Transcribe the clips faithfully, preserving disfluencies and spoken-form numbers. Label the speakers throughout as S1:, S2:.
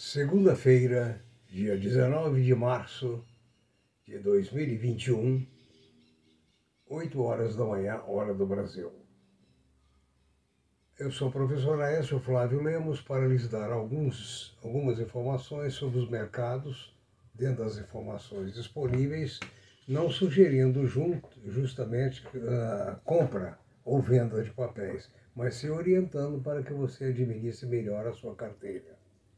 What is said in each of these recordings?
S1: Segunda-feira, dia dezenove de março de dois mil e vinte e um, oito horas da manhã, hora do Brasil. Eu sou o professor Aécio Flávio Lemos para lhes dar alguns, algumas informações sobre os mercados, dentro das informações disponíveis, não sugerindo junto, justamente a compra ou venda de papéis, mas se orientando para que você administre melhor a sua carteira.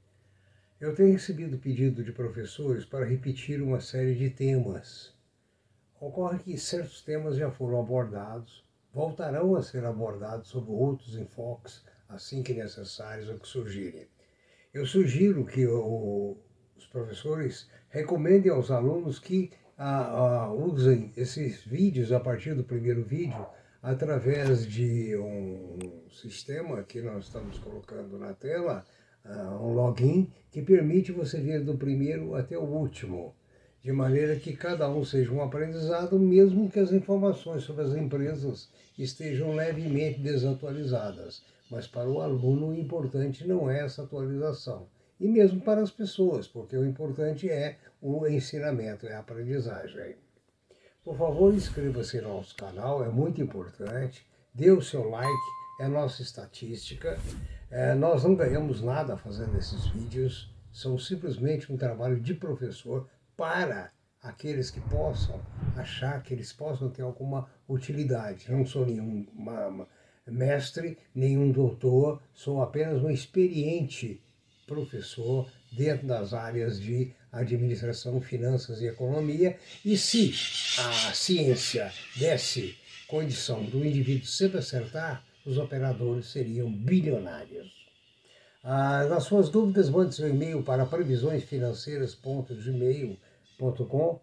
S1: Eu tenho recebido pedido de professores para repetir uma série de temas. Ocorre que certos temas já foram abordados, voltarão a ser abordados sob outros enfoques, assim que necessários ou que surgirem. Eu sugiro que o, os professores recomendem aos alunos que a, a, usem esses vídeos a partir do primeiro vídeo, através de um sistema que nós estamos colocando na tela, uh, um login, que permite você vir do primeiro até o último, de maneira que cada um seja um aprendizado, mesmo que as informações sobre as empresas estejam levemente desatualizadas. Mas para o aluno o importante não é essa atualização. E mesmo para as pessoas, porque o importante é o ensinamento, é a aprendizagem. Por favor, inscreva-se no nosso canal, é muito importante. Dê o seu like, é a nossa estatística. É, nós não ganhamos nada fazendo esses vídeos, são simplesmente um trabalho de professor para aqueles que possam achar que eles possam ter alguma utilidade. Não sou nenhum uma, uma mestre, nenhum doutor, sou apenas um experiente professor dentro das áreas de administração, finanças e economia. E se a ciência desse condição do indivíduo sempre acertar, os operadores seriam bilionários. Ah, nas suas dúvidas, mande seu e-mail para previsõesfinanceiras ponto gmail ponto com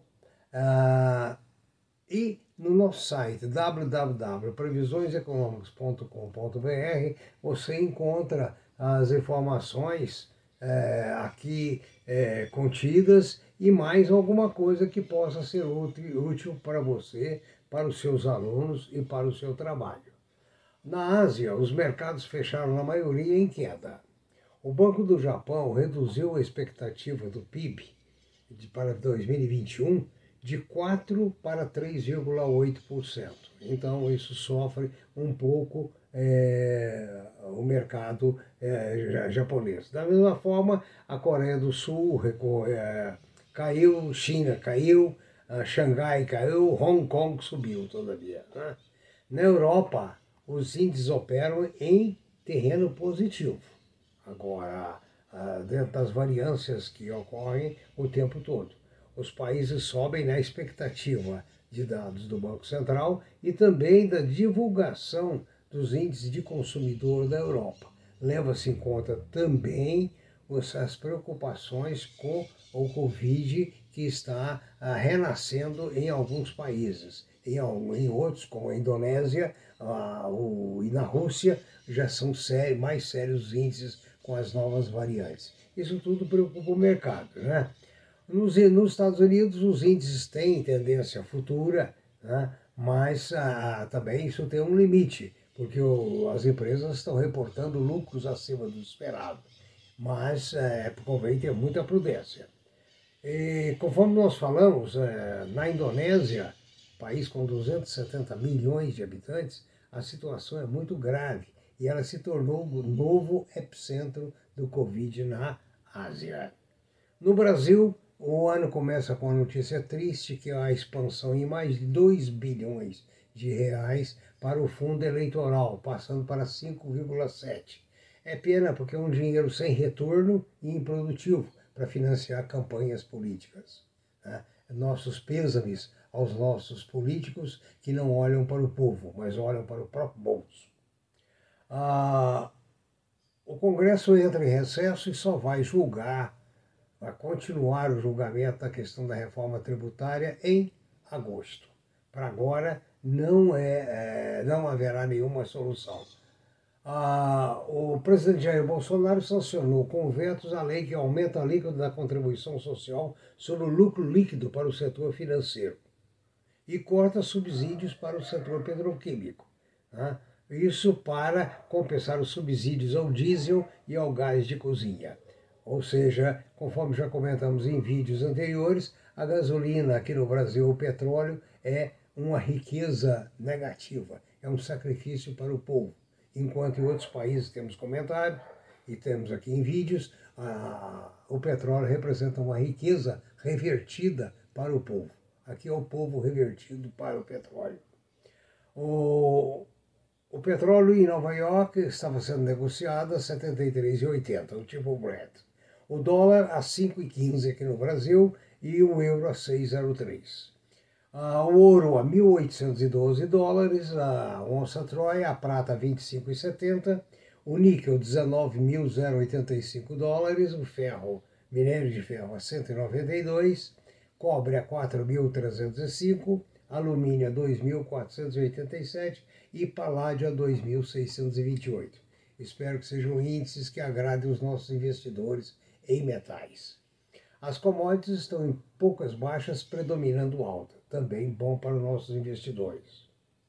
S1: ah, e no nosso site w w w ponto previsões econômicas ponto com ponto b r você encontra as informações é, aqui é, contidas e mais alguma coisa que possa ser útil, útil para você, para os seus alunos e para o seu trabalho. Na Ásia, os mercados fecharam na maioria em queda. O Banco do Japão reduziu a expectativa do P I B de, para dois mil e vinte e um de quatro para três vírgula oito por cento. Então, isso sofre um pouco é, o mercado é, japonês. Da mesma forma, a Coreia do Sul é, caiu, China caiu, Xangai caiu, Hong Kong subiu todavia. Né? Na Europa, os índices operam em terreno positivo. Agora, dentro das variâncias que ocorrem o tempo todo. Os países sobem na expectativa de dados do Banco Central e também da divulgação dos índices de consumidor da Europa. Leva-se em conta também as preocupações com o Covid que está renascendo em alguns países. Em, em outros, como a Indonésia a, o, e na Rússia, já são sério, mais sérios os índices com as novas variantes. Isso tudo preocupa o mercado, né? Nos, nos Estados Unidos, os índices têm tendência futura, né? Mas ah, também isso tem um limite, porque o, as empresas estão reportando lucros acima do esperado. Mas é, convém ter muita prudência. E, conforme nós falamos, é, na Indonésia, país com duzentos e setenta milhões de habitantes, a situação é muito grave e ela se tornou o novo epicentro do Covid na Ásia. No Brasil, o ano começa com a notícia triste que é a expansão em mais de dois bilhões de reais para o fundo eleitoral, passando para cinco vírgula sete. É pena porque é um dinheiro sem retorno e improdutivo para financiar campanhas políticas. Né? Nossos pêsames aos nossos políticos que não olham para o povo, mas olham para o próprio bolso. Ah, o Congresso entra em recesso e só vai julgar, vai continuar o julgamento da questão da reforma tributária em agosto. Para agora, não, é, é, não haverá nenhuma solução. Ah, o presidente Jair Bolsonaro sancionou com vetos a lei que aumenta a alíquota da contribuição social sobre o lucro líquido para o setor financeiro e corta subsídios para o setor petroquímico. Né? Isso para compensar os subsídios ao diesel e ao gás de cozinha. Ou seja, conforme já comentamos em vídeos anteriores, a gasolina aqui no Brasil, o petróleo, é uma riqueza negativa, é um sacrifício para o povo. Enquanto em outros países temos comentado, e temos aqui em vídeos, a, o petróleo representa uma riqueza revertida para o povo. Aqui é o povo revertido para o petróleo. O, o petróleo em Nova York estava sendo negociado a setenta e três reais e oitenta centavos, o tipo Brent. O dólar a cinco reais e quinze centavos aqui no Brasil e o euro a seis reais e três centavos. Ah, o ouro a mil oitocentos e doze dólares, a onça Troy, a prata a vinte e cinco reais e setenta centavos, o níquel dezenove mil e oitenta e cinco dólares, o ferro, minério de ferro a cento e noventa e dois, cobre a quatro mil trezentos e cinco, alumínio a dois mil quatrocentos e oitenta e sete e paládio a dois mil seiscentos e vinte e oito. Espero que sejam índices que agradem os nossos investidores em metais. As commodities estão em poucas baixas, predominando alta, também bom para os nossos investidores.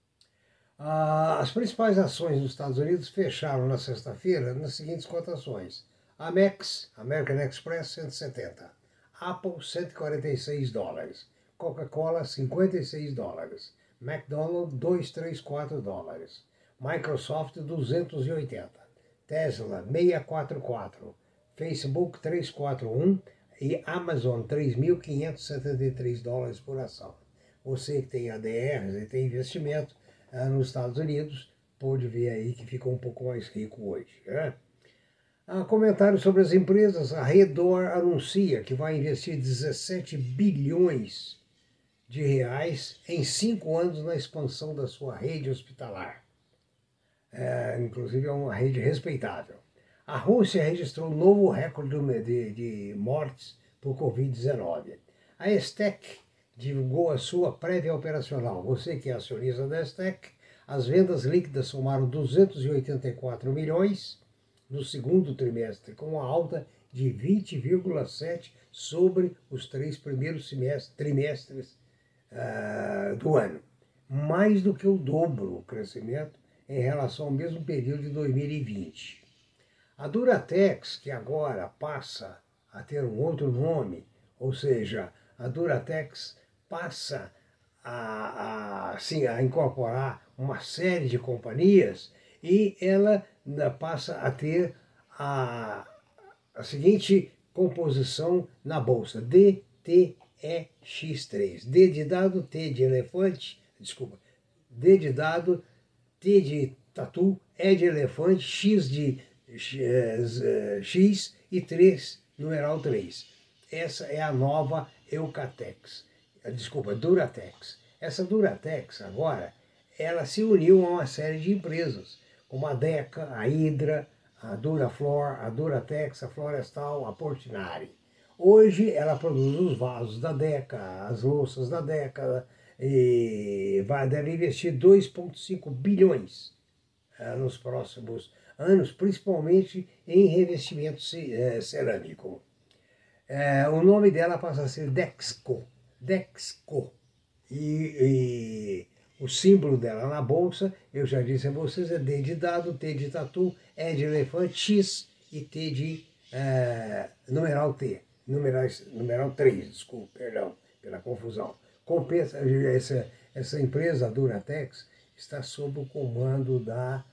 S1: As principais ações dos Estados Unidos fecharam na sexta-feira nas seguintes cotações: Amex, American Express, cento e setenta, Apple, cento e quarenta e seis dólares, Coca-Cola, cinquenta e seis dólares, McDonald's, duzentos e trinta e quatro dólares, Microsoft, duzentos e oitenta, Tesla, seiscentos e quarenta e quatro, Facebook, trezentos e quarenta e um e Amazon, três mil quinhentos e setenta e três dólares por ação. Você que tem A D Rs e tem investimento ah, nos Estados Unidos, pode ver aí que ficou um pouco mais rico hoje. Né? Ah, comentário sobre as empresas. A Redor anuncia que vai investir dezessete bilhões de reais em cinco anos na expansão da sua rede hospitalar. É, inclusive é uma rede respeitável. A Rússia registrou um novo recorde de, de mortes por covid dezenove. A Estec divulgou a sua prévia operacional. Você que é acionista da Estec, as vendas líquidas somaram duzentos e oitenta e quatro milhões no segundo trimestre, com uma alta de vinte vírgula sete por cento sobre os três primeiros trimestres uh, do ano. Mais do que o dobro o crescimento em relação ao mesmo período de dois mil e vinte. A Duratex, que agora passa a ter um outro nome, ou seja, a Duratex passa a, a, assim, a incorporar uma série de companhias e ela passa a ter a, a seguinte composição na bolsa: D T E X três. D de dado, T de elefante, desculpa, D de dado, T de tatu, E de elefante, X de X e três, numeral três. Essa é a nova Eucatex, desculpa, Duratex. Essa Duratex agora, ela se uniu a uma série de empresas, como a Deca, a Hydra, a Duraflor, a Duratex, a Florestal, a Portinari. Hoje ela produz os vasos da Deca, as louças da Deca, e vai, deve investir dois vírgula cinco bilhões uh, nos próximos anos, principalmente em revestimento cerâmico. É, o nome dela passa a ser Dexco. Dexco. E, e o símbolo dela na bolsa, eu já disse a vocês, é D de dado, T de tatu, E de elefante, X e T de é, numeral T. Numeral, numeral três, desculpa, perdão pela confusão. Compensa, essa, essa empresa, a Duratex, está sob o comando da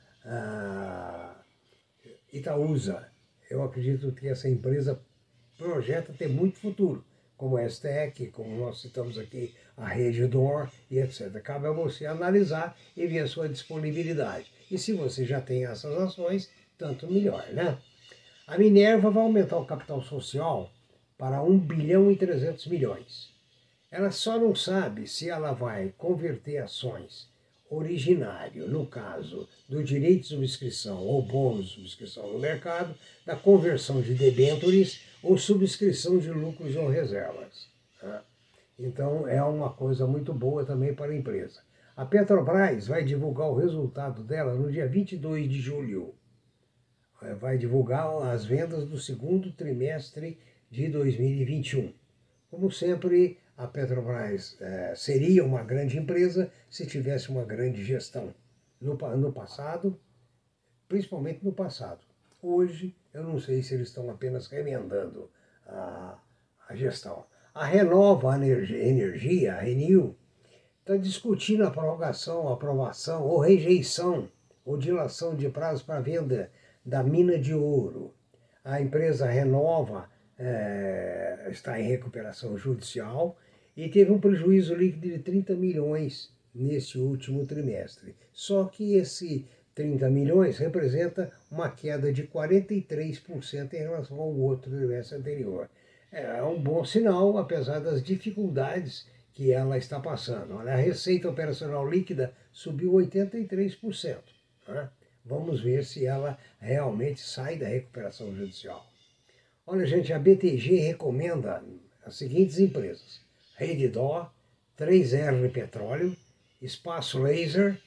S1: a Itaúsa. Eu acredito que essa empresa projeta ter muito futuro, como a Estec, como nós citamos aqui, a Redor e etcétera. Cabe a você analisar e ver a sua disponibilidade. E se você já tem essas ações, tanto melhor, né? A Minerva vai aumentar o capital social para um bilhão e trezentos milhões. Ela só não sabe se ela vai converter ações originário, no caso do direito de subscrição ou bônus de subscrição no mercado, da conversão de debêntures ou subscrição de lucros ou reservas. Tá? Então é uma coisa muito boa também para a empresa. A Petrobras vai divulgar o resultado dela no dia vinte e dois de julho. Vai divulgar as vendas do segundo trimestre de dois mil e vinte e um. Como sempre, a Petrobras eh, seria uma grande empresa se tivesse uma grande gestão. No, no passado, principalmente no passado. hoje eu não sei se eles estão apenas remendando a, a gestão. A Renova Energia, a Renew, está discutindo a prorrogação, aprovação ou rejeição ou dilação de prazo para venda da mina de ouro. A empresa Renova é, está em recuperação judicial e teve um prejuízo líquido de trinta milhões nesse último trimestre. Só que esse trinta milhões representa uma queda de quarenta e três por cento em relação ao outro trimestre anterior. É um bom sinal, apesar das dificuldades que ela está passando. Olha, a receita operacional líquida subiu oitenta e três por cento. Né? Vamos ver se ela realmente sai da recuperação judicial. Olha, gente, a B T G recomenda as seguintes empresas: Redditor, três R Petróleo, Espaço Laser,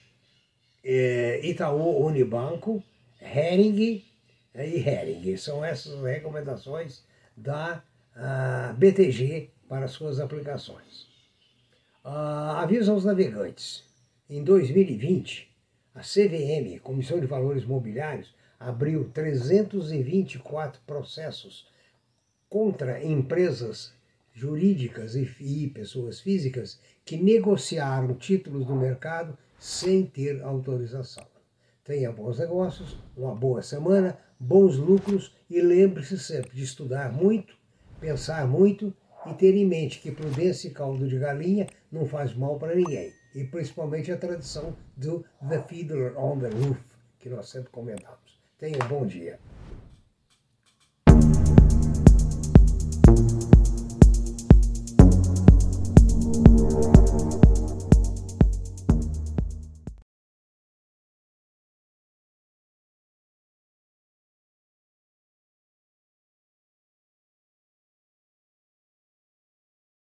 S1: Itaú Unibanco, Hering e Hering. São essas as recomendações da B T G para suas aplicações. Uh, aviso aos navegantes. Em dois mil e vinte, a C V M, Comissão de Valores Mobiliários, abriu trezentos e vinte e quatro processos contra empresas jurídicas e, e pessoas físicas que negociaram títulos do mercado sem ter autorização. Tenha bons negócios, uma boa semana, bons lucros e lembre-se sempre de estudar muito, pensar muito e ter em mente que prudência e caldo de galinha não faz mal para ninguém. E principalmente a tradição do The Fiddler on the Roof, que nós sempre comentamos. Tenha um bom dia.